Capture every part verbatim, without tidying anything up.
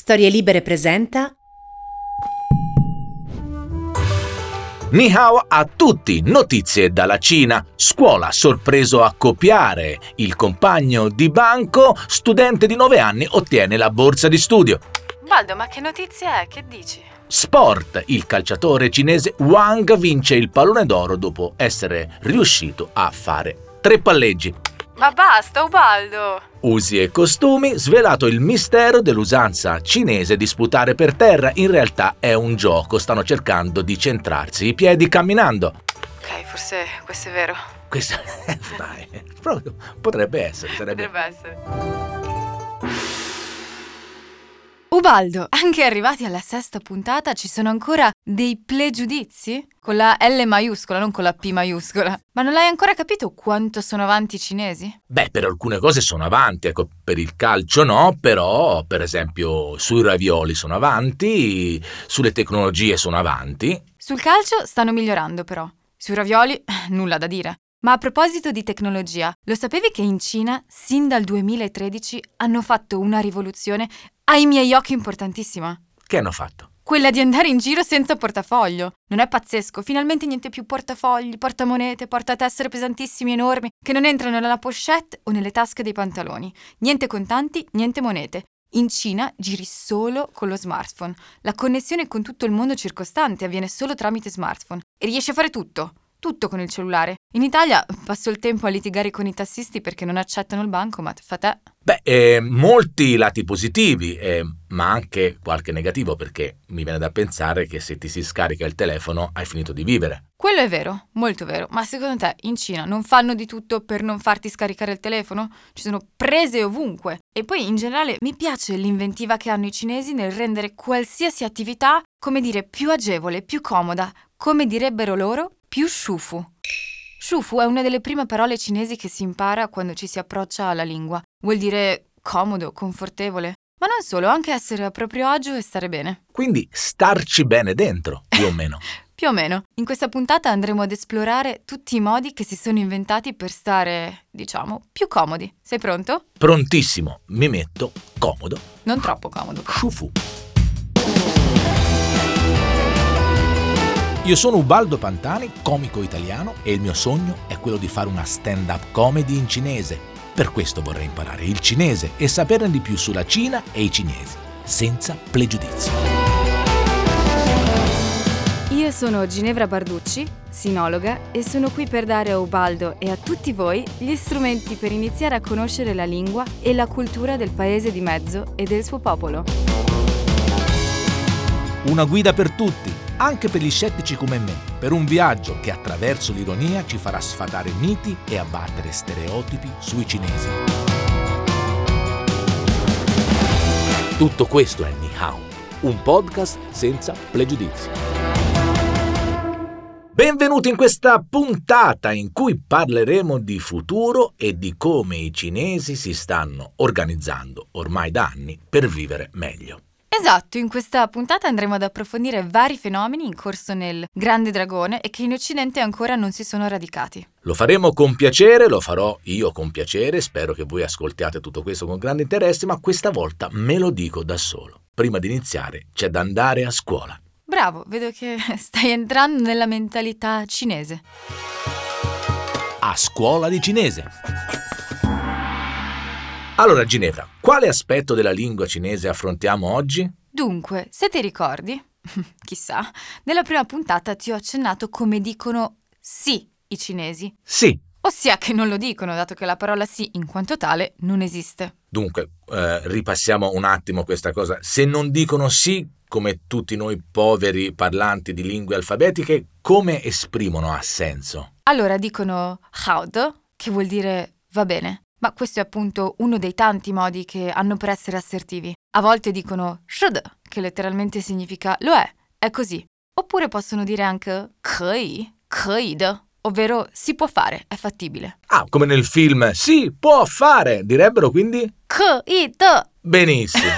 Storie Libere presenta Ni hao a tutti, notizie dalla Cina. Scuola sorpreso a copiare. Il compagno di banco, studente di nove anni, ottiene la borsa di studio. Baldo, ma che notizia è? Che dici? Sport, il calciatore cinese Wang vince il pallone d'oro dopo essere riuscito a fare tre palleggi. Ma basta, Ubaldo! Usi e costumi, svelato il mistero dell'usanza cinese di sputare per terra. In realtà è un gioco, stanno cercando di centrarsi i piedi camminando. Ok, forse questo è vero. Questo dai, proprio potrebbe essere, sarebbe. Potrebbe essere. Ubaldo, anche arrivati alla sesta puntata ci sono ancora dei pregiudizi? Con la L maiuscola, non con la P maiuscola. Ma non hai ancora capito quanto sono avanti i cinesi? Beh, per alcune cose sono avanti, ecco, per il calcio no, però per esempio sui ravioli sono avanti, sulle tecnologie sono avanti. Sul calcio stanno migliorando però. Sui ravioli nulla da dire. Ma a proposito di tecnologia, lo sapevi che in Cina, sin dal duemilatredici, hanno fatto una rivoluzione ai miei occhi importantissima? Che hanno fatto? Quella di andare in giro senza portafoglio. Non è pazzesco? Finalmente niente più portafogli, portamonete, portatessere pesantissimi enormi che non entrano nella pochette o nelle tasche dei pantaloni. Niente contanti, niente monete. In Cina giri solo con lo smartphone. La connessione con tutto il mondo circostante avviene solo tramite smartphone. E riesci a fare tutto. Tutto con il cellulare. In Italia passo il tempo a litigare con i tassisti perché non accettano il bancomat. Fa te. Beh, eh, molti lati positivi, eh, ma anche qualche negativo, perché mi viene da pensare che se ti si scarica il telefono hai finito di vivere. Quello è vero, molto vero. Ma secondo te in Cina non fanno di tutto per non farti scaricare il telefono? Ci sono prese ovunque. E poi in generale mi piace l'inventiva che hanno i cinesi nel rendere qualsiasi attività, come dire, più agevole, più comoda. Come direbbero loro, più shufu. Shufu è una delle prime parole cinesi che si impara quando ci si approccia alla lingua. Vuol dire comodo, confortevole. Ma non solo, anche essere a proprio agio e stare bene. Quindi starci bene dentro, più o meno. Più o meno. In questa puntata andremo ad esplorare tutti i modi che si sono inventati per stare, diciamo, più comodi. Sei pronto? Prontissimo, mi metto comodo. Non troppo comodo. Shufu. Io sono Ubaldo Pantani, comico italiano, e il mio sogno è quello di fare una stand-up comedy in cinese. Per questo vorrei imparare il cinese e saperne di più sulla Cina e i cinesi, senza pregiudizi. Io sono Ginevra Barducci, sinologa, e sono qui per dare a Ubaldo e a tutti voi gli strumenti per iniziare a conoscere la lingua e la cultura del paese di mezzo e del suo popolo. Una guida per tutti, anche per gli scettici come me, per un viaggio che attraverso l'ironia ci farà sfatare miti e abbattere stereotipi sui cinesi. Tutto questo è Ni Hao, un podcast senza pregiudizi. Benvenuti in questa puntata in cui parleremo di futuro e di come i cinesi si stanno organizzando ormai da anni per vivere meglio. Esatto, in questa puntata andremo ad approfondire vari fenomeni in corso nel Grande Dragone e che in Occidente ancora non si sono radicati. Lo faremo con piacere, lo farò io con piacere, spero che voi ascoltiate tutto questo con grande interesse, ma questa volta me lo dico da solo. Prima di iniziare c'è da andare a scuola. Bravo, vedo che stai entrando nella mentalità cinese. A scuola di cinese. Allora Ginevra, quale aspetto della lingua cinese affrontiamo oggi? Dunque, se ti ricordi, chissà, nella prima puntata ti ho accennato come dicono sì i cinesi. Sì. Ossia che non lo dicono, dato che la parola sì in quanto tale non esiste. Dunque, eh, ripassiamo un attimo questa cosa. Se non dicono sì, come tutti noi poveri parlanti di lingue alfabetiche, come esprimono assenso? Allora dicono haod, che vuol dire va bene. Ma questo è appunto uno dei tanti modi che hanno per essere assertivi. A volte dicono shud, che letteralmente significa lo è, è così. Oppure possono dire anche kei, keid, ovvero si può fare, è fattibile. Ah, come nel film si può fare, direbbero quindi? Keid. Benissimo.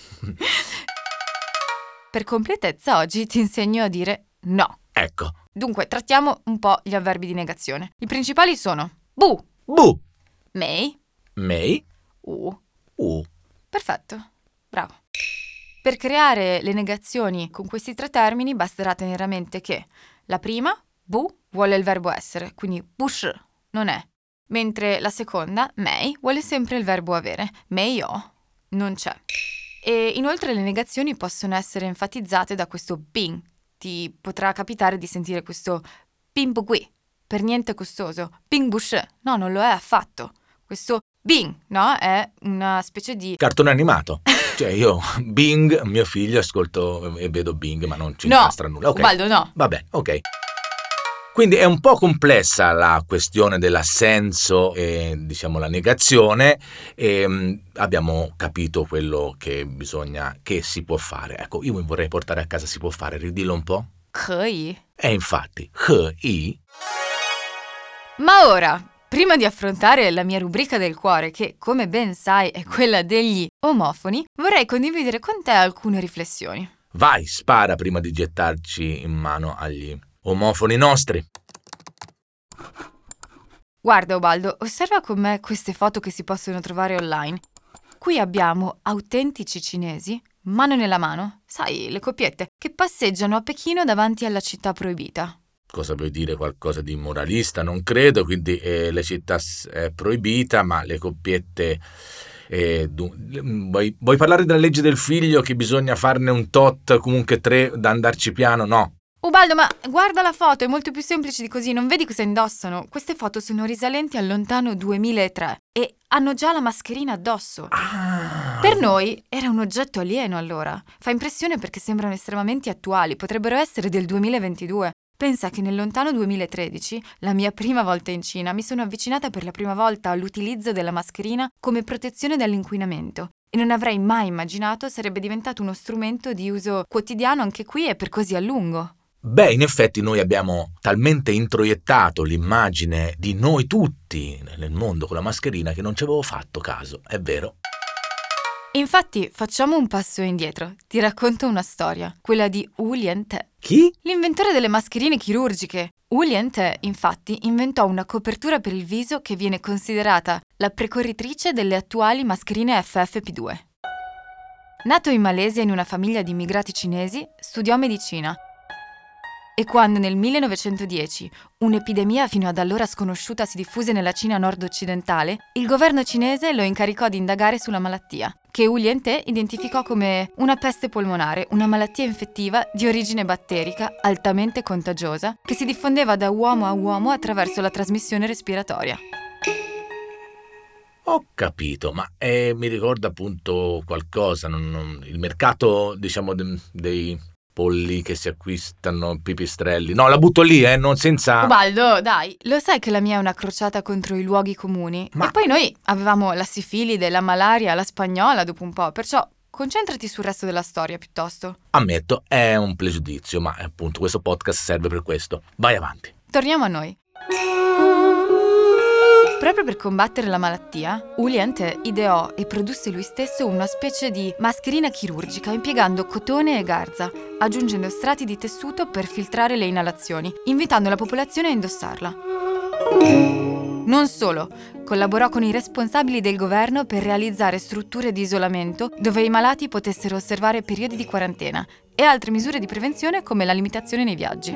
Per completezza oggi ti insegno a dire no. Ecco. Dunque, trattiamo un po' gli avverbi di negazione. I principali sono bu, Bu, mei, mei, u. u. Perfetto, bravo. Per Per creare le negazioni con questi tre termini basterà tenere a mente che la prima, bu, vuole il verbo essere, quindi bush non è, mentre la seconda, mei, vuole sempre il verbo avere, mei yo non c'è. E inoltre le negazioni possono essere enfatizzate da questo bing. Ti potrà capitare di sentire questo bing bugui, per niente costoso, bing bush, no, non lo è affatto. Questo bing, no, è una specie di cartone animato. Cioè io Bing, mio figlio, ascolto e vedo Bing, ma non ci no, incastra nulla. Ok. Ubaldo, no. Va bene, ok. Quindi è un po' complessa la questione dell'assenso e, diciamo, la negazione, e mh, abbiamo capito quello che bisogna, che si può fare. Ecco, io mi vorrei portare a casa si può fare, ridillo un po'. 可以. E infatti, 可以. Ma ora, prima di affrontare la mia rubrica del cuore, che come ben sai è quella degli omofoni, vorrei condividere con te alcune riflessioni. Vai, spara prima di gettarci in mano agli omofoni nostri. Guarda Ubaldo, osserva con me queste foto che si possono trovare online. Qui abbiamo autentici cinesi, mano nella mano, sai, le coppiette, che passeggiano a Pechino davanti alla città proibita. Cosa vuoi dire? Qualcosa di moralista? Non credo, quindi eh, la città è proibita, ma le coppiette... Eh, du- vuoi, vuoi parlare della legge del figlio, che bisogna farne un tot, comunque tre, da andarci piano? No. Ubaldo, ma guarda la foto, è molto più semplice di così, non vedi cosa indossano? Queste foto sono risalenti al lontano duemilatré e hanno già la mascherina addosso. Ah. Per noi era un oggetto alieno allora. Fa impressione perché sembrano estremamente attuali, potrebbero essere del duemilaventidue. Pensa che nel lontano duemilatredici, la mia prima volta in Cina, mi sono avvicinata per la prima volta all'utilizzo della mascherina come protezione dall'inquinamento e non avrei mai immaginato sarebbe diventato uno strumento di uso quotidiano anche qui e per così a lungo. Beh, in effetti noi abbiamo talmente introiettato l'immagine di noi tutti nel mondo con la mascherina che non ci avevo fatto caso, è vero. Infatti, facciamo un passo indietro. Ti racconto una storia, quella di Wu Lien-te. Chi? L'inventore delle mascherine chirurgiche. Wu Lien-te, infatti, inventò una copertura per il viso che viene considerata la precorritrice delle attuali mascherine F F P due. Nato in Malesia in una famiglia di immigrati cinesi, studiò medicina. E quando nel millenovecentodieci un'epidemia fino ad allora sconosciuta si diffuse nella Cina nord-occidentale, il governo cinese lo incaricò di indagare sulla malattia, che Wu Lien-te identificò come una peste polmonare, una malattia infettiva di origine batterica altamente contagiosa che si diffondeva da uomo a uomo attraverso la trasmissione respiratoria. Ho capito, ma eh, mi ricorda appunto qualcosa, non, non, il mercato, diciamo, de, dei... polli che si acquistano, pipistrelli. No, la butto lì, eh, non senza... Ubaldo, dai, lo sai che la mia è una crociata contro i luoghi comuni? Ma... E poi noi avevamo la sifilide, la malaria, la spagnola dopo un po', perciò concentrati sul resto della storia piuttosto. Ammetto, è un pregiudizio, ma appunto questo podcast serve per questo. Vai avanti. Torniamo a noi. Proprio per combattere la malattia, Wu Lien-te ideò e produsse lui stesso una specie di mascherina chirurgica impiegando cotone e garza, aggiungendo strati di tessuto per filtrare le inalazioni, invitando la popolazione a indossarla. Non solo, collaborò con i responsabili del governo per realizzare strutture di isolamento dove i malati potessero osservare periodi di quarantena e altre misure di prevenzione come la limitazione nei viaggi.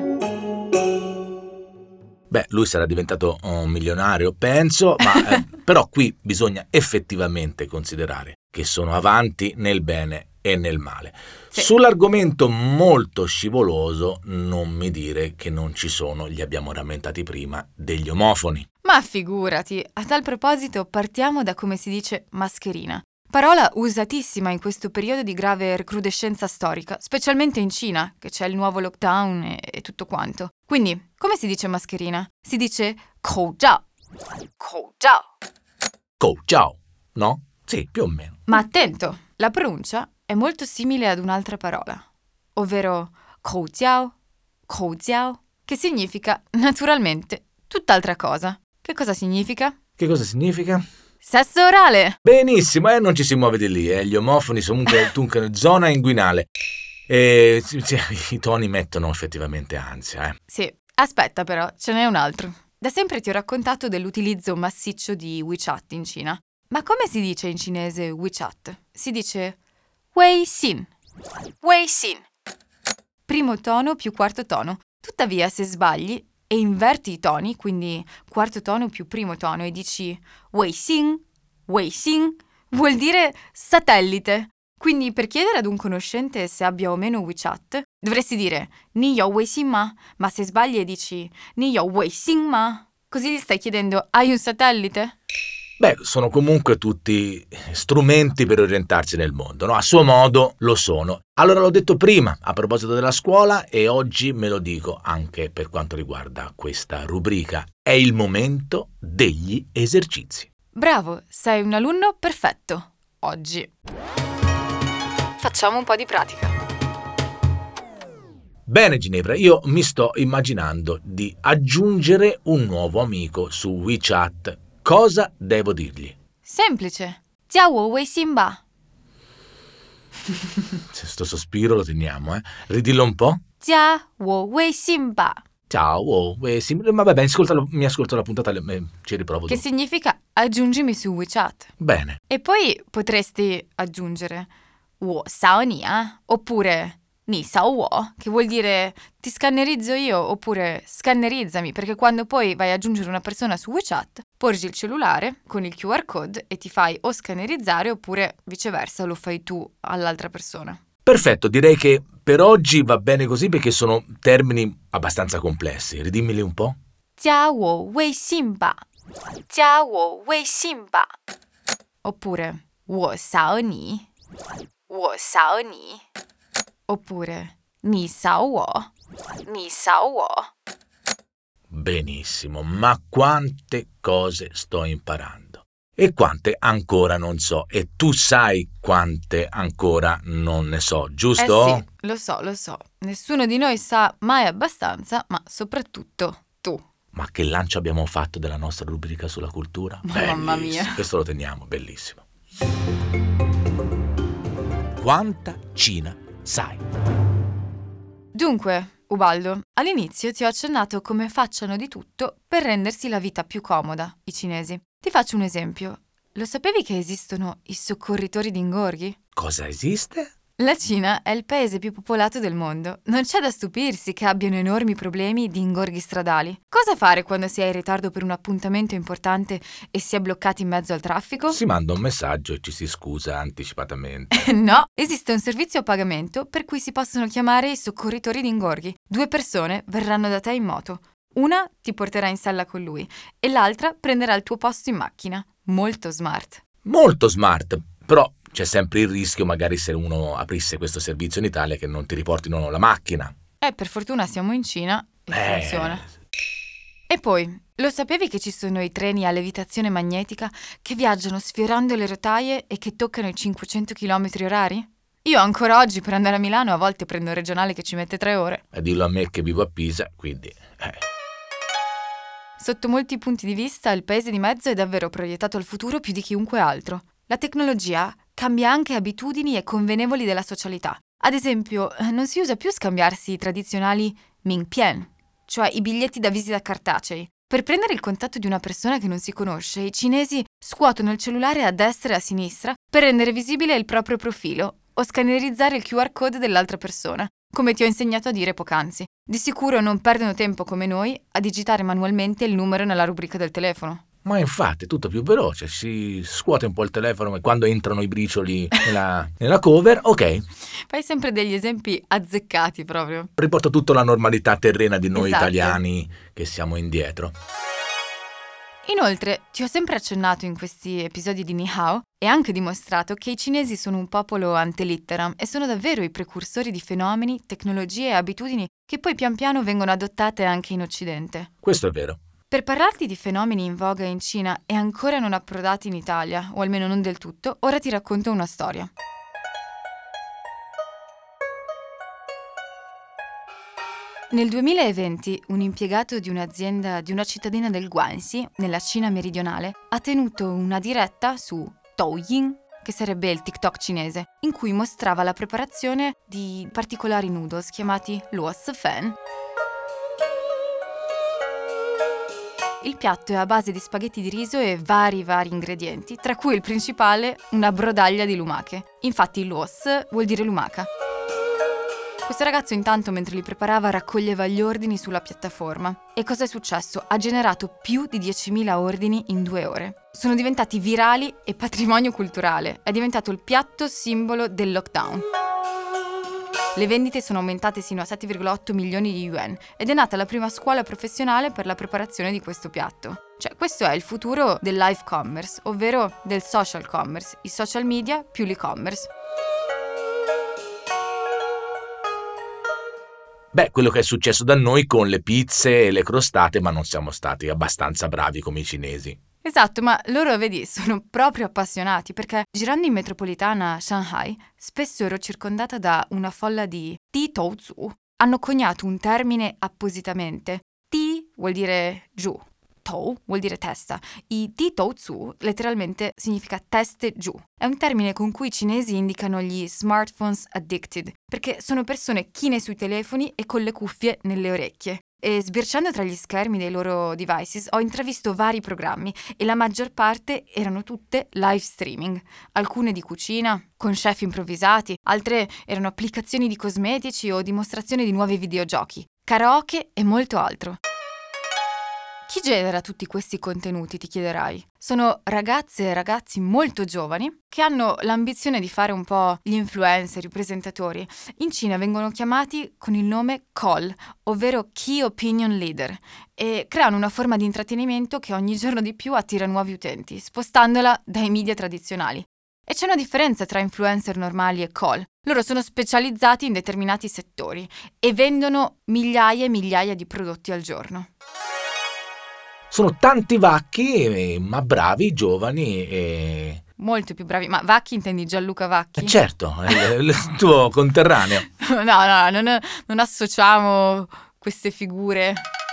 Beh, lui sarà diventato un milionario, penso, ma eh, però qui bisogna effettivamente considerare che sono avanti nel bene e nel male. Sì. Sull'argomento molto scivoloso, non mi dire che non ci sono, li abbiamo rammentati prima, degli omofoni. Ma figurati, a tal proposito partiamo da come si dice mascherina. Parola usatissima in questo periodo di grave recrudescenza storica, specialmente in Cina, che c'è il nuovo lockdown e, e tutto quanto. Quindi, come si dice mascherina? Si dice 口罩. 口罩. 口罩, no? Sì, più o meno. Ma attento, la pronuncia è molto simile ad un'altra parola, ovvero 口交, 口交, che significa, naturalmente, tutt'altra cosa. Che cosa significa? Che cosa significa? Sesso orale! Benissimo, eh, non ci si muove di lì, eh. Gli omofoni sono comunque zona inguinale. E cioè, i toni mettono effettivamente ansia, eh. Sì, aspetta però, ce n'è un altro. Da sempre ti ho raccontato dell'utilizzo massiccio di WeChat in Cina. Ma come si dice in cinese WeChat? Si dice Weixin. Wei xin. Primo tono più quarto tono. Tuttavia, se sbagli e inverti i toni, quindi quarto tono più primo tono, e dici Wei xin, Wei xin, vuol dire satellite. Quindi per chiedere ad un conoscente se abbia o meno WeChat, dovresti dire Ni yo Wei xin ma, ma se sbagli e dici Ni yo Wei xin ma, così gli stai chiedendo hai un satellite? Beh, sono comunque tutti strumenti per orientarsi nel mondo, no? A suo modo lo sono. Allora l'ho detto prima, a proposito della scuola, e oggi me lo dico anche per quanto riguarda questa rubrica. È il momento degli esercizi. Bravo, sei un alunno perfetto. Oggi. Facciamo un po' di pratica. Bene Ginevra, io mi sto immaginando di aggiungere un nuovo amico su WeChat. Cosa devo dirgli? Semplice. Jia wo wei xin ba. Sto sospiro lo teniamo, eh? Ridillo un po'. Jia wo wei xin ba. Ciao, oh, eh, sì, ma vabbè, ascolta, mi ascolto la puntata, eh, ci riprovo Che dopo. significa aggiungimi su WeChat. Bene. E poi potresti aggiungere wo sao ni ah, oppure ni sao wo, che vuol dire ti scannerizzo io, oppure scannerizzami, perché quando poi vai ad aggiungere una persona su WeChat, porgi il cellulare con il Q R code e ti fai o scannerizzare oppure viceversa lo fai tu all'altra persona. Perfetto, direi che per oggi va bene così perché sono termini abbastanza complessi. Ridimmeli un po'. Jia wo wei xin ba. Jia wo wei xin ba. Oppure wo sao ni. Wo sao ni. Oppure ni sao wo. Ni sao wo. Benissimo, ma quante cose sto imparando. E quante ancora non so. E tu sai quante ancora non ne so, giusto? Eh sì, lo so, lo so. Nessuno di noi sa mai abbastanza, ma soprattutto tu. Ma che lancio abbiamo fatto della nostra rubrica sulla cultura? Mamma Bellissimo. mia. Questo lo teniamo, bellissimo. Quanta Cina sai? Dunque, Ubaldo, all'inizio ti ho accennato come facciano di tutto per rendersi la vita più comoda, i cinesi. Ti faccio un esempio. Lo sapevi che esistono i soccorritori di ingorghi? Cosa esiste? La Cina è il paese più popolato del mondo. Non c'è da stupirsi che abbiano enormi problemi di ingorghi stradali. Cosa fare quando si è in ritardo per un appuntamento importante e si è bloccati in mezzo al traffico? Si manda un messaggio e ci si scusa anticipatamente. No, esiste un servizio a pagamento per cui si possono chiamare i soccorritori di ingorghi. Due persone verranno da te in moto. Una ti porterà in sella con lui e l'altra prenderà il tuo posto in macchina. Molto smart. Molto smart, però c'è sempre il rischio, magari se uno aprisse questo servizio in Italia, che non ti riportino la macchina. Eh, per fortuna siamo in Cina e Eh. funziona. E poi, lo sapevi che ci sono i treni a levitazione magnetica che viaggiano sfiorando le rotaie e che toccano i cinquecento chilometri orari? Io ancora oggi per andare a Milano a volte prendo un regionale che ci mette tre ore. E dillo a me che vivo a Pisa, quindi... Eh. Sotto molti punti di vista, il paese di mezzo è davvero proiettato al futuro più di chiunque altro. La tecnologia cambia anche abitudini e convenevoli della socialità. Ad esempio, non si usa più scambiarsi i tradizionali Mingpian, cioè i biglietti da visita cartacei. Per prendere il contatto di una persona che non si conosce, i cinesi scuotono il cellulare a destra e a sinistra per rendere visibile il proprio profilo o scannerizzare il Q R code dell'altra persona, come ti ho insegnato a dire poc'anzi. Di sicuro non perdono tempo come noi a digitare manualmente il numero nella rubrica del telefono. Ma infatti è tutto più veloce, si scuote un po' il telefono e quando entrano i bricioli nella, nella cover, ok, Fai sempre degli esempi azzeccati proprio. riporto tutto alla normalità terrena di noi Esatto. italiani che siamo indietro. Inoltre, ti ho sempre accennato in questi episodi di Ni Hao e anche dimostrato che i cinesi sono un popolo ante litteram e sono davvero i precursori di fenomeni, tecnologie e abitudini che poi pian piano vengono adottate anche in Occidente. Questo è vero. Per parlarti di fenomeni in voga in Cina e ancora non approdati in Italia, o almeno non del tutto, ora ti racconto una storia. Nel duemilaventi, un impiegato di un'azienda di una cittadina del Guangxi, nella Cina meridionale, ha tenuto una diretta su Douyin, che sarebbe il TikTok cinese, in cui mostrava la preparazione di particolari noodles chiamati luo fan. Il piatto è a base di spaghetti di riso e vari vari ingredienti, tra cui il principale una brodaglia di lumache. Infatti luos vuol dire lumaca. Questo ragazzo intanto, mentre li preparava, raccoglieva gli ordini sulla piattaforma. E cosa è successo? Ha generato più di diecimila ordini in due ore. Sono diventati virali e patrimonio culturale. È diventato il piatto simbolo del lockdown. Le vendite sono aumentate sino a sette virgola otto milioni di yuan ed è nata la prima scuola professionale per la preparazione di questo piatto. Cioè, questo è il futuro del live commerce, ovvero del social commerce, i social media più l'e-commerce. Beh, quello che è successo da noi con le pizze e le crostate, ma non siamo stati abbastanza bravi come i cinesi. Esatto, ma loro, vedi, sono proprio appassionati, perché girando in metropolitana a Shanghai spesso ero circondata da una folla di Ti Tou Zu. Hanno coniato un termine appositamente. Ti vuol dire giù, Tou vuol dire testa. I Ti Tou Zu letteralmente significa teste giù. È un termine con cui i cinesi indicano gli smartphones addicted, perché sono persone chine sui telefoni e con le cuffie nelle orecchie. E sbirciando tra gli schermi dei loro devices ho intravisto vari programmi e la maggior parte erano tutte live streaming, alcune di cucina, con chef improvvisati, altre erano applicazioni di cosmetici o dimostrazioni di nuovi videogiochi, karaoke e molto altro. Chi genera tutti questi contenuti, ti chiederai? Sono ragazze e ragazzi molto giovani che hanno l'ambizione di fare un po' gli influencer, i presentatori. In Cina vengono chiamati con il nome C O L, ovvero Key Opinion Leader, e creano una forma di intrattenimento che ogni giorno di più attira nuovi utenti, spostandola dai media tradizionali. E c'è una differenza tra influencer normali e C O L. Loro sono specializzati in determinati settori e vendono migliaia e migliaia di prodotti al giorno. Sono tanti vacchi, ma bravi, giovani e... Molto più bravi. Ma Vacchi intendi Gianluca Vacchi? Eh certo, è il, il tuo conterraneo. No, no, non, non associamo queste figure.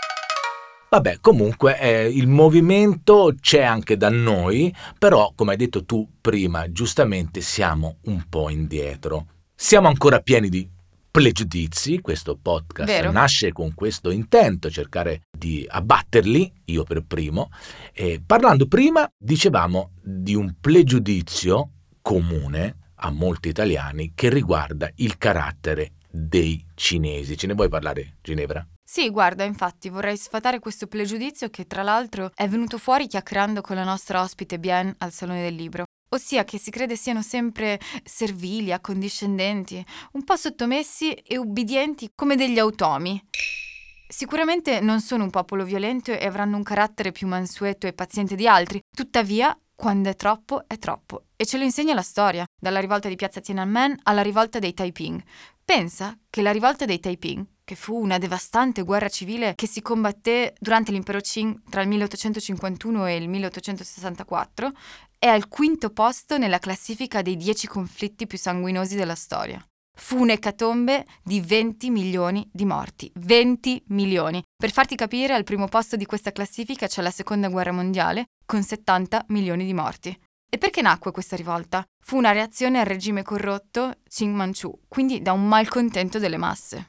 Vabbè, comunque eh, il movimento c'è anche da noi, però, come hai detto tu prima, giustamente siamo un po' indietro. Siamo ancora pieni di pregiudizi, questo podcast Vero. Nasce con questo intento, cercare di abbatterli, io per primo. E parlando prima, dicevamo di un pregiudizio comune a molti italiani che riguarda il carattere dei cinesi. Ce ne vuoi parlare, Ginevra? Sì, guarda, infatti vorrei sfatare questo pregiudizio che tra l'altro è venuto fuori chiacchierando con la nostra ospite Bien al Salone del Libro. Ossia che si crede siano sempre servili, accondiscendenti, un po' sottomessi e ubbidienti come degli automi. Sicuramente non sono un popolo violento e avranno un carattere più mansueto e paziente di altri, tuttavia quando è troppo è troppo. E ce lo insegna la storia, dalla rivolta di piazza Tiananmen alla rivolta dei Taiping. Pensa che la rivolta dei Taiping, che fu una devastante guerra civile che si combatté durante l'impero Qing tra il milleottocentocinquantuno e il milleottocentosessantaquattro, è al quinto posto nella classifica dei dieci conflitti più sanguinosi della storia. Fu un'ecatombe di venti milioni di morti. venti milioni. Per farti capire, al primo posto di questa classifica c'è la Seconda Guerra Mondiale, con settanta milioni di morti. E perché nacque questa rivolta? Fu una reazione al regime corrotto Qing Manchu, quindi da un malcontento delle masse.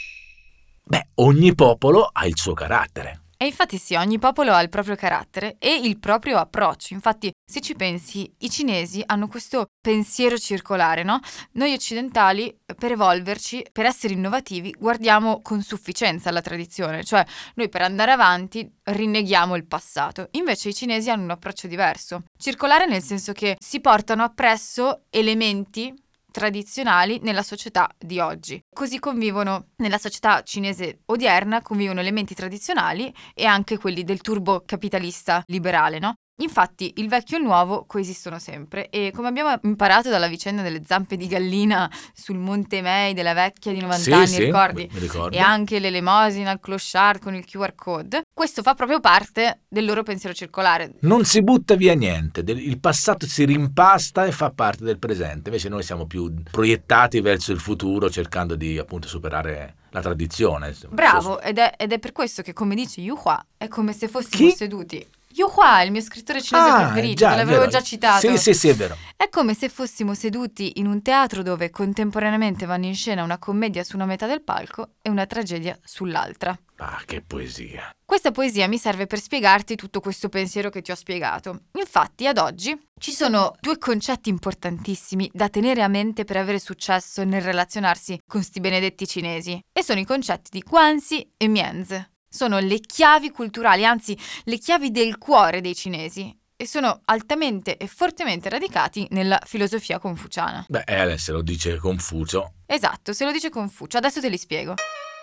Beh, ogni popolo ha il suo carattere. E infatti sì, ogni popolo ha il proprio carattere e il proprio approccio. Infatti, se ci pensi, i cinesi hanno questo pensiero circolare, no? Noi occidentali, per evolverci, per essere innovativi, guardiamo con sufficienza alla tradizione. Cioè, noi per andare avanti rinneghiamo il passato. Invece i cinesi hanno un approccio diverso. Circolare nel senso che si portano appresso elementi tradizionali nella società di oggi. Così convivono, nella società cinese odierna, convivono elementi tradizionali e anche quelli del turbo capitalista liberale, no? Infatti il vecchio e il nuovo coesistono sempre e come abbiamo imparato dalla vicenda delle zampe di gallina sul Monte Mei della vecchia di novanta sì, anni, sì, ricordi? mi ricordo. E anche l'elemosina al clochard con il Q R code. Questo fa proprio parte del loro pensiero circolare. Non si butta via niente, il passato si rimpasta e fa parte del presente, invece noi siamo più proiettati verso il futuro cercando di appunto superare la tradizione. Bravo, ed è, ed è per questo che, come dice Yu Hua, è come se fossimo Chi? seduti. Yu Hua, il mio scrittore cinese ah, preferito, già, te l'avevo vero. già citato. Sì, sì, sì, è vero. È come se fossimo seduti in un teatro dove contemporaneamente vanno in scena una commedia su una metà del palco e una tragedia sull'altra. Ah, che poesia. Questa poesia mi serve per spiegarti tutto questo pensiero che ti ho spiegato. Infatti, ad oggi ci sono due concetti importantissimi da tenere a mente per avere successo nel relazionarsi con sti benedetti cinesi, e sono i concetti di Guanxi e Mianzi. Sono le chiavi culturali, anzi le chiavi del cuore dei cinesi, e sono altamente e fortemente radicati nella filosofia confuciana. Beh, eh, se lo dice Confucio. Esatto, se lo dice Confucio, adesso te li spiego.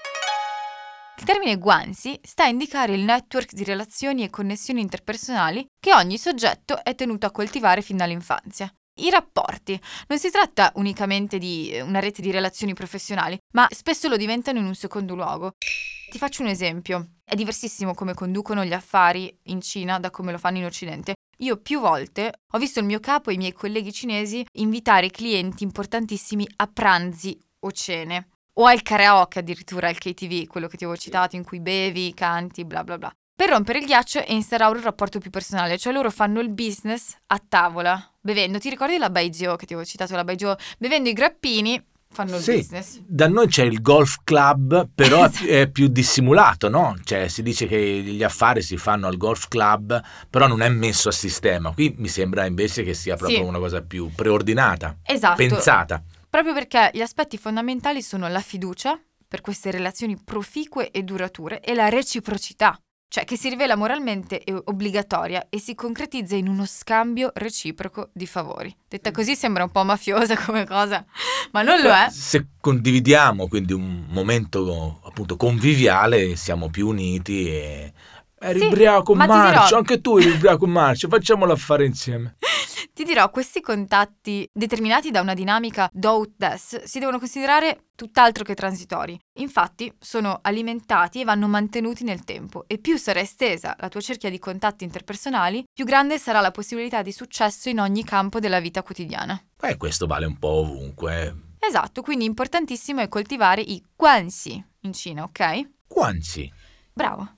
Il termine Guanxi sta a indicare il network di relazioni e connessioni interpersonali che ogni soggetto è tenuto a coltivare fin dall'infanzia. I rapporti. Non si tratta unicamente di una rete di relazioni professionali, ma spesso lo diventano in un secondo luogo. Ti faccio un esempio. È diversissimo come conducono gli affari in Cina da come lo fanno in Occidente. Io più volte ho visto il mio capo e i miei colleghi cinesi invitare clienti importantissimi a pranzi o cene. O al karaoke, addirittura al K T V, quello che ti avevo citato, in cui bevi, canti, bla bla bla. Per rompere il ghiaccio e instaurare un rapporto più personale, cioè loro fanno il business a tavola, bevendo. Ti ricordi la Baijiu che ti avevo citato, la Baijiu? Bevendo i grappini, fanno il sì, business. Da noi c'è il golf club, però esatto. È più dissimulato, no? Cioè si dice che gli affari si fanno al golf club, però non è messo a sistema. Qui mi sembra invece che sia proprio sì. Una cosa più preordinata, esatto. Pensata. Proprio perché gli aspetti fondamentali sono la fiducia, per queste relazioni proficue e durature, e la reciprocità, cioè che si rivela moralmente obbligatoria e si concretizza in uno scambio reciproco di favori. Detta così sembra un po' mafiosa come cosa, ma non lo è. Se condividiamo quindi un momento appunto conviviale, siamo più uniti e... Eri sì, ubriaco Marcio, dirò... anche tu eri ubriaco Marcio, facciamo l'affare insieme. Ti dirò, questi contatti determinati da una dinamica do-ut-des si devono considerare tutt'altro che transitori. Infatti sono alimentati e vanno mantenuti nel tempo, e più sarà estesa la tua cerchia di contatti interpersonali, più grande sarà la possibilità di successo in ogni campo della vita quotidiana. E questo vale un po' ovunque. Esatto, quindi importantissimo è coltivare i guanxi in Cina, ok? Guanxi. Bravo.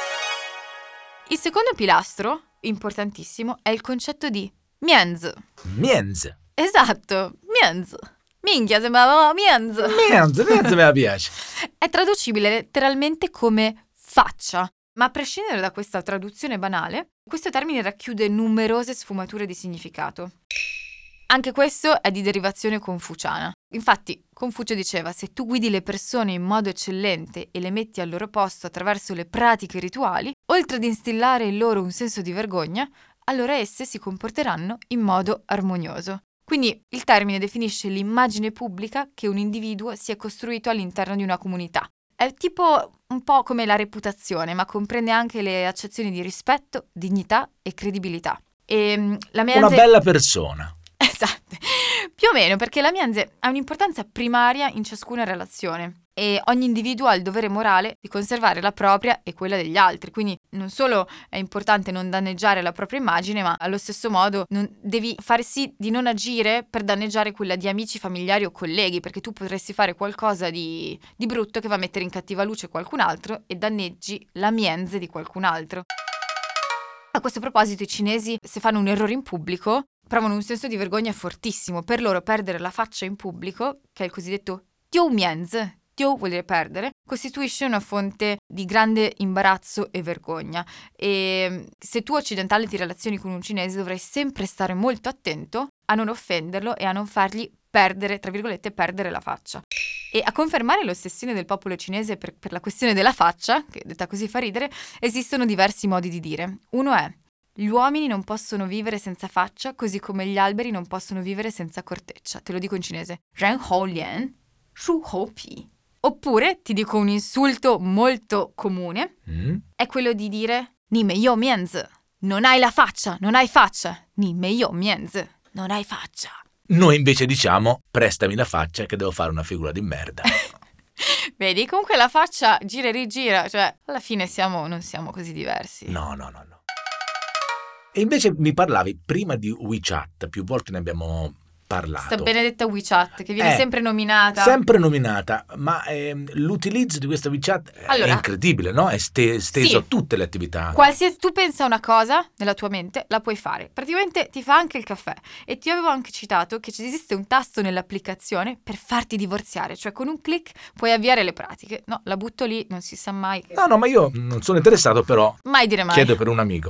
Il secondo pilastro, importantissimo, è il concetto di mianzi. Mianzi. Esatto, mianzi. Minchia, sembrava mianzi. Mianzi, mianzi me la piace. È traducibile letteralmente come faccia, ma a prescindere da questa traduzione banale, questo termine racchiude numerose sfumature di significato. Anche questo è di derivazione confuciana. Infatti, Confucio diceva: se tu guidi le persone in modo eccellente e le metti al loro posto attraverso le pratiche rituali, oltre ad instillare in loro un senso di vergogna, allora esse si comporteranno in modo armonioso. Quindi il termine definisce l'immagine pubblica che un individuo si è costruito all'interno di una comunità. È tipo un po' come la reputazione, ma comprende anche le accezioni di rispetto, dignità e credibilità. E la Mianzi... Una bella persona. Esatto, più o meno, perché la Mianzi ha un'importanza primaria in ciascuna relazione e ogni individuo ha il dovere morale di conservare la propria e quella degli altri. Quindi non solo è importante non danneggiare la propria immagine, ma allo stesso modo non, devi fare sì di non agire per danneggiare quella di amici, familiari o colleghi, perché tu potresti fare qualcosa di, di brutto che va a mettere in cattiva luce qualcun altro e danneggi la Mianzi di qualcun altro. A questo proposito, i cinesi, se fanno un errore in pubblico, provano un senso di vergogna fortissimo. Per loro perdere la faccia in pubblico, che è il cosiddetto diu mianzi, diu vuol dire perdere, costituisce una fonte di grande imbarazzo e vergogna. E se tu occidentale ti relazioni con un cinese, dovrai sempre stare molto attento a non offenderlo e a non fargli perdere, tra virgolette, perdere la faccia. E a confermare l'ossessione del popolo cinese per, per la questione della faccia, che detta così fa ridere, esistono diversi modi di dire. Uno è: gli uomini non possono vivere senza faccia, così come gli alberi non possono vivere senza corteccia. Te lo dico in cinese. Ren hou lian, shu hou pi. Oppure, ti dico un insulto molto comune, mm. è quello di dire ni me yo mianzi, non hai la faccia, non hai faccia. Ni me yo mianzi, non hai faccia. Noi invece diciamo: prestami la faccia che devo fare una figura di merda. Vedi, comunque la faccia gira e rigira, cioè alla fine siamo, non siamo così diversi. No, no, no, no. E invece mi parlavi prima di WeChat, più volte ne abbiamo parlato. Sta benedetta WeChat che viene Eh, sempre nominata. Sempre nominata, ma ehm, l'utilizzo di questa WeChat Allora, è incredibile, no? È ste- steso sì. a tutte le attività. Qualsiasi tu pensa a una cosa nella tua mente, la puoi fare. Praticamente ti fa anche il caffè. E ti avevo anche citato che esiste un tasto nell'applicazione per farti divorziare, cioè con un click puoi avviare le pratiche. No, la butto lì, non si sa mai. No, no, ma io non sono interessato, però Mai dire mai. chiedo per un amico.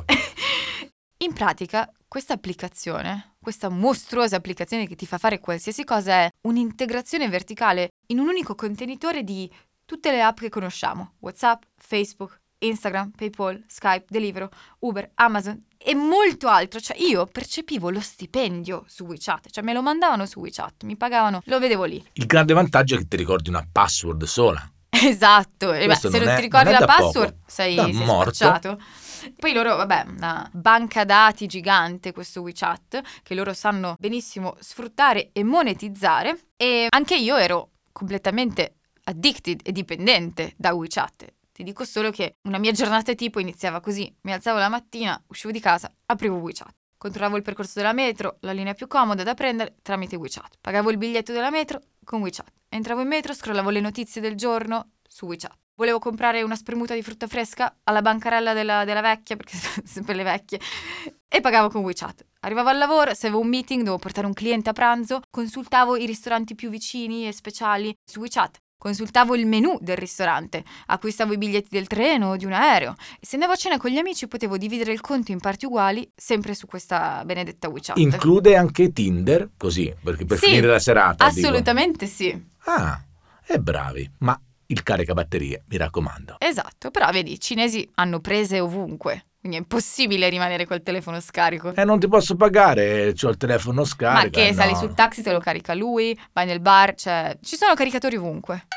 In pratica, questa applicazione, questa mostruosa applicazione che ti fa fare qualsiasi cosa è un'integrazione verticale in un unico contenitore di tutte le app che conosciamo. WhatsApp, Facebook, Instagram, PayPal, Skype, Deliveroo, Uber, Amazon e molto altro. Cioè io percepivo lo stipendio su WeChat, cioè me lo mandavano su WeChat, mi pagavano, lo vedevo lì. Il grande vantaggio è che ti ricordi una password sola. Esatto, e beh, Questo se non non è- ti ricordi non è la da password poco. sei, Da sei morto. spacciato. Poi loro, vabbè, una banca dati gigante questo WeChat che loro sanno benissimo sfruttare e monetizzare, e anche io ero completamente addicted e dipendente da WeChat. Ti dico solo che una mia giornata tipo iniziava così: mi alzavo la mattina, uscivo di casa, aprivo WeChat, controllavo il percorso della metro, la linea più comoda da prendere tramite WeChat, pagavo il biglietto della metro con WeChat, entravo in metro, scrollavo le notizie del giorno su WeChat. Volevo comprare una spremuta di frutta fresca alla bancarella della, della vecchia, perché sono sempre le vecchie, e pagavo con WeChat. Arrivavo al lavoro, se avevo un meeting, dovevo portare un cliente a pranzo, consultavo i ristoranti più vicini e speciali su WeChat. Consultavo il menù del ristorante, acquistavo i biglietti del treno o di un aereo, e se andavo a cena con gli amici potevo dividere il conto in parti uguali, sempre su questa benedetta WeChat. Include anche Tinder, così, perché per Sì, finire la serata. assolutamente sì. Dico. Ah, e bravi, ma il caricabatterie, mi raccomando. Esatto, però vedi, i cinesi hanno prese ovunque, quindi è impossibile rimanere col telefono scarico. E non ti posso pagare, c'ho il telefono scarico. Ma che eh, sali no. sul taxi, te lo carica lui, vai nel bar, cioè ci sono caricatori ovunque.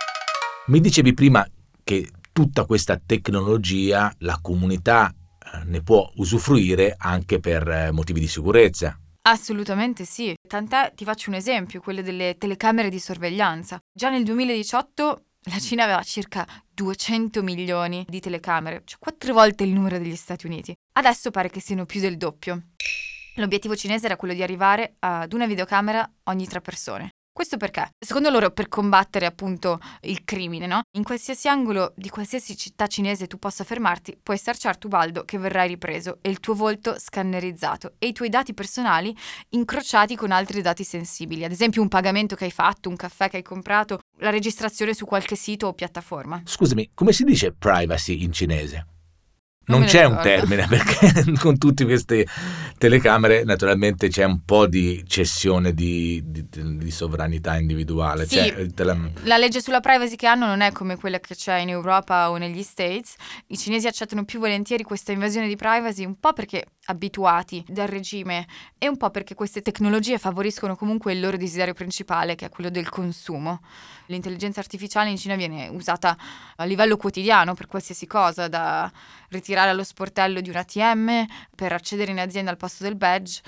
Mi dicevi prima che tutta questa tecnologia la comunità eh, ne può usufruire anche per eh, motivi di sicurezza. Assolutamente sì, tant'è, ti faccio un esempio, quelle delle telecamere di sorveglianza. Già nel duemiladiciotto la Cina aveva circa duecento milioni di telecamere, cioè quattro volte il numero degli Stati Uniti. Adesso pare che siano più del doppio. L'obiettivo cinese era quello di arrivare ad una videocamera ogni tre persone. Questo perché? Secondo loro per combattere appunto il crimine, no? In qualsiasi angolo di qualsiasi città cinese tu possa fermarti, puoi starci Artubaldo che verrai ripreso e il tuo volto scannerizzato e i tuoi dati personali incrociati con altri dati sensibili, ad esempio un pagamento che hai fatto, un caffè che hai comprato, la registrazione su qualche sito o piattaforma. Scusami, come si dice privacy in cinese? Non Non me ne c'è un ricordo. termine, perché con tutte queste telecamere naturalmente c'è un po' di cessione di, di, di sovranità individuale. Sì, Cioè, te la- la legge sulla privacy che hanno non è come quella che c'è in Europa o negli States. I cinesi accettano più volentieri questa invasione di privacy, un po' perché abituati dal regime e un po' perché queste tecnologie favoriscono comunque il loro desiderio principale, che è quello del consumo. L'intelligenza artificiale in Cina viene usata a livello quotidiano per qualsiasi cosa, da ritirare allo sportello di un A T M, per accedere in azienda al posto del badge,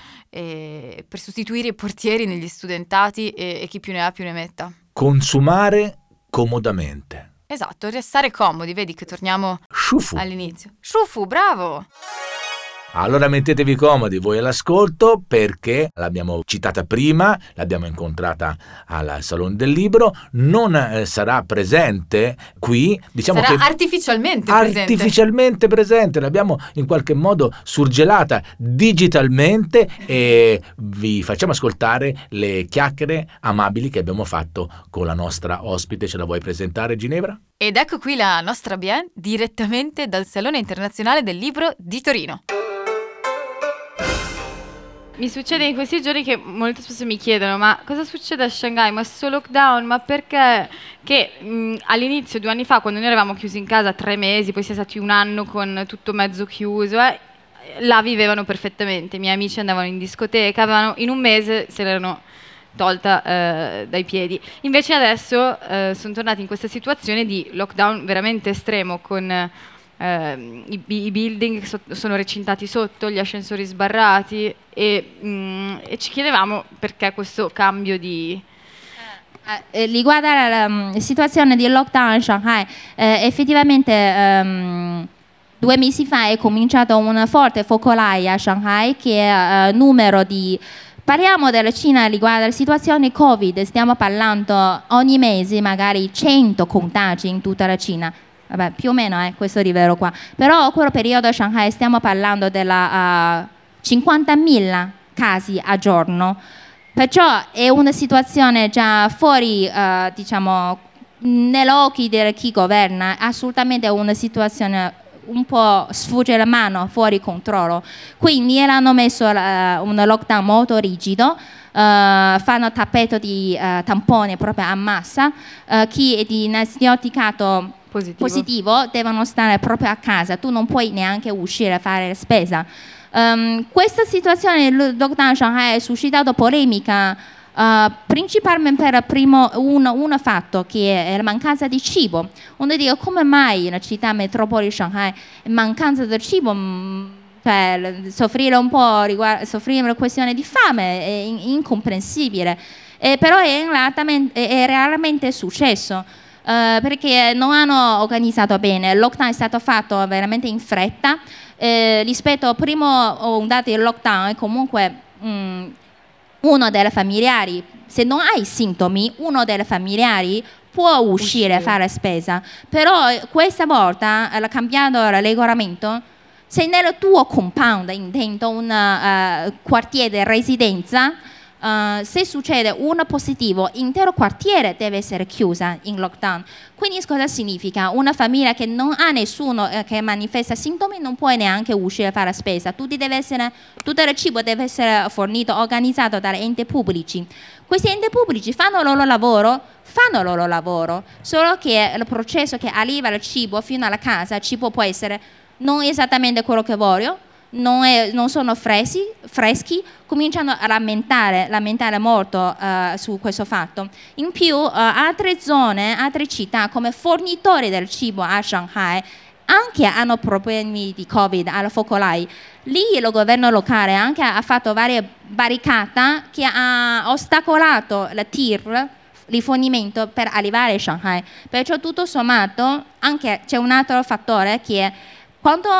e per sostituire i portieri negli studentati e, e chi più ne ha più ne metta. consumare comodamente. Esatto, restare comodi, vedi che torniamo Sciufu. all'inizio. Sciufu, bravo! Allora mettetevi comodi voi all'ascolto, perché l'abbiamo citata prima, l'abbiamo incontrata al Salone del Libro, non eh, sarà presente qui, diciamo Sarà che artificialmente presente. artificialmente presente, l'abbiamo in qualche modo surgelata digitalmente e vi facciamo ascoltare le chiacchiere amabili che abbiamo fatto con la nostra ospite. Ce la vuoi presentare, Ginevra? Ed ecco qui la nostra Bien, direttamente dal Salone Internazionale del Libro di Torino. Mi succede in questi giorni che molto spesso mi chiedono: ma cosa succede a Shanghai? Ma sto lockdown? Ma perché? Che mh, all'inizio, due anni fa, quando noi eravamo chiusi in casa tre mesi, poi siamo stati un anno con tutto mezzo chiuso, eh, là vivevano perfettamente. I miei amici andavano in discoteca, avevano, in un mese se l'erano tolta eh, dai piedi. Invece adesso eh, sono tornati in questa situazione di lockdown veramente estremo, con Uh, i, i building so, sono recintati sotto, gli ascensori sbarrati e, mm, e ci chiedevamo perché questo cambio di... Eh, riguardo alla um, situazione di lockdown a Shanghai, eh, effettivamente um, due mesi fa è cominciato un forte focolaio a Shanghai che ha uh, numero di parliamo della Cina riguardo alla situazione Covid, stiamo parlando ogni mese magari cento contagi in tutta la Cina. Vabbè, più o meno è eh, questo livello qua. Però quello periodo a Shanghai stiamo parlando della uh, cinquantamila casi a giorno. Perciò è una situazione già fuori, uh, diciamo, nell'occhio di chi governa, assolutamente una situazione un po' sfugge la mano, fuori controllo. Quindi hanno messo uh, un lockdown molto rigido, uh, fanno tappeto di uh, tamponi proprio a massa, uh, chi è diagnosticato positivo. positivo devono stare proprio a casa, tu non puoi neanche uscire a fare spesa. Um, questa situazione del lockdown Shanghai ha suscitato polemica uh, principalmente per primo un, un fatto che è la mancanza di cibo. Uno dice come mai la città metropoli di Shanghai mancanza di cibo, mh, cioè, soffrire un po' riguardo, soffrire la questione di fame è in, incomprensibile, eh, però è, è, è realmente successo. Uh, perché non hanno organizzato bene, il lockdown è stato fatto veramente in fretta, eh, rispetto al primo ondata del lockdown comunque mh, uno dei familiari, se non hai sintomi, uno dei familiari può uscire a fare spesa, però questa volta ha cambiato il regolamento, se nel tuo compound, intendo un uh, quartiere di residenza, Uh, se succede un positivo, l'intero quartiere deve essere chiusa in lockdown. Quindi cosa significa? Una famiglia che non ha nessuno eh, che manifesta sintomi non può neanche uscire a fare spesa. Tutti deve essere, tutto il cibo deve essere fornito, organizzato dagli enti pubblici. Questi enti pubblici fanno il loro lavoro, fanno il loro lavoro, solo che il processo che arriva il cibo fino alla casa, il cibo può essere non esattamente quello che voglio, Non, è, non sono freschi, freschi, cominciano a lamentare, lamentare molto uh, su questo fatto. In più uh, altre zone, altre città come fornitori del cibo a Shanghai anche hanno problemi di Covid, al focolai. Lì il governo locale anche ha fatto varie barricate che ha ostacolato la T I R, rifornimento per arrivare a Shanghai. Perciò tutto sommato anche c'è un altro fattore che è quando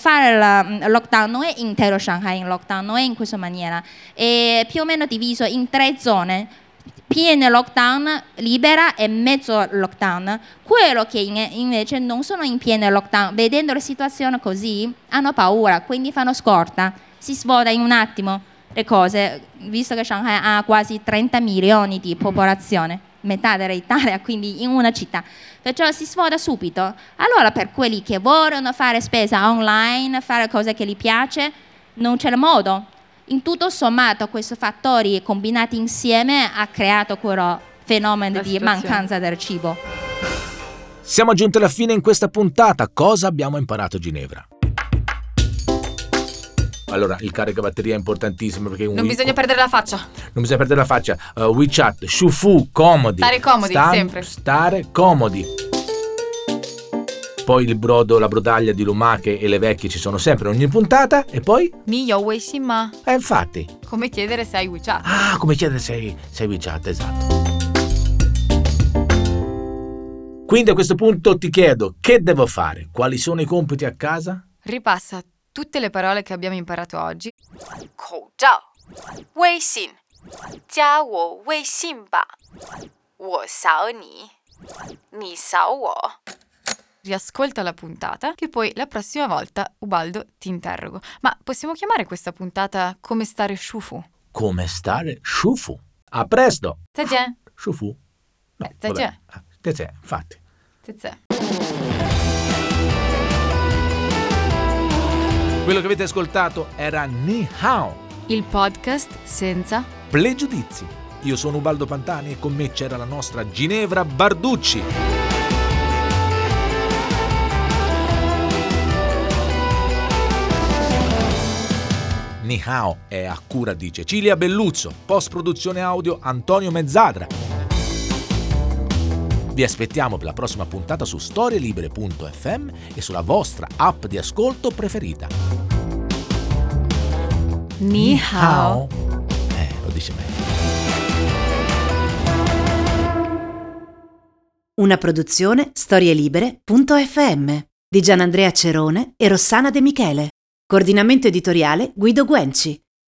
fare il lockdown non è intero Shanghai in lockdown, non è in questa maniera, è più o meno diviso in tre zone, pieno lockdown, libera e mezzo lockdown. Quello che invece non sono in pieno lockdown, vedendo la situazione così, hanno paura, quindi fanno scorta, si svuota in un attimo le cose, visto che Shanghai ha quasi trenta milioni di popolazione, metà dell'Italia, quindi in una città, perciò si svuota subito. Allora per quelli che vogliono fare spesa online, fare cose che gli piace, non c'è modo. In tutto sommato questi fattori combinati insieme ha creato quello fenomeno di mancanza del cibo. Siamo giunti alla fine in questa puntata. Cosa abbiamo imparato a Ginevra? Allora, il caricabatteria è importantissimo perché un non we- bisogna perdere la faccia. Non bisogna perdere la faccia. Uh, WeChat, Shufu, comodi. Stare comodi, Stan- sempre. Stare comodi. Poi il brodo, la brodaglia di lumache e le vecchie ci sono sempre in ogni puntata. E poi? Ni yo Weixin ma. Eh, infatti. Come chiedere se hai WeChat. Ah, come chiedere se hai, se hai WeChat, esatto. Quindi a questo punto ti chiedo, che devo fare? Quali sono i compiti a casa? Ripassa tutte le parole che abbiamo imparato oggi. 口罩 Weixin 加我微信吧 我扫你 你扫我 Riascolta la puntata che poi la prossima volta Ubaldo ti interrogo. Ma possiamo chiamare questa puntata come stare shufu? Come stare shufu. A presto. Zaijian. Shufu. No, eh, zaijian. Zaijian, infatti. Zaijian. Quello che avete ascoltato era Ni Hao, il podcast senza pregiudizi. Io sono Ubaldo Pantani e con me c'era la nostra Ginevra Barducci. Ni Hao è a cura di Cecilia Belluzzo, post-produzione audio Antonio Mezzadra. Vi aspettiamo per la prossima puntata su storielibere punto effe emme e sulla vostra app di ascolto preferita. Ni hao. Eh, lo dice meglio. Una produzione storielibere punto effe emme di Gianandrea Cerone e Rossana De Michele. Coordinamento editoriale Guido Guenci.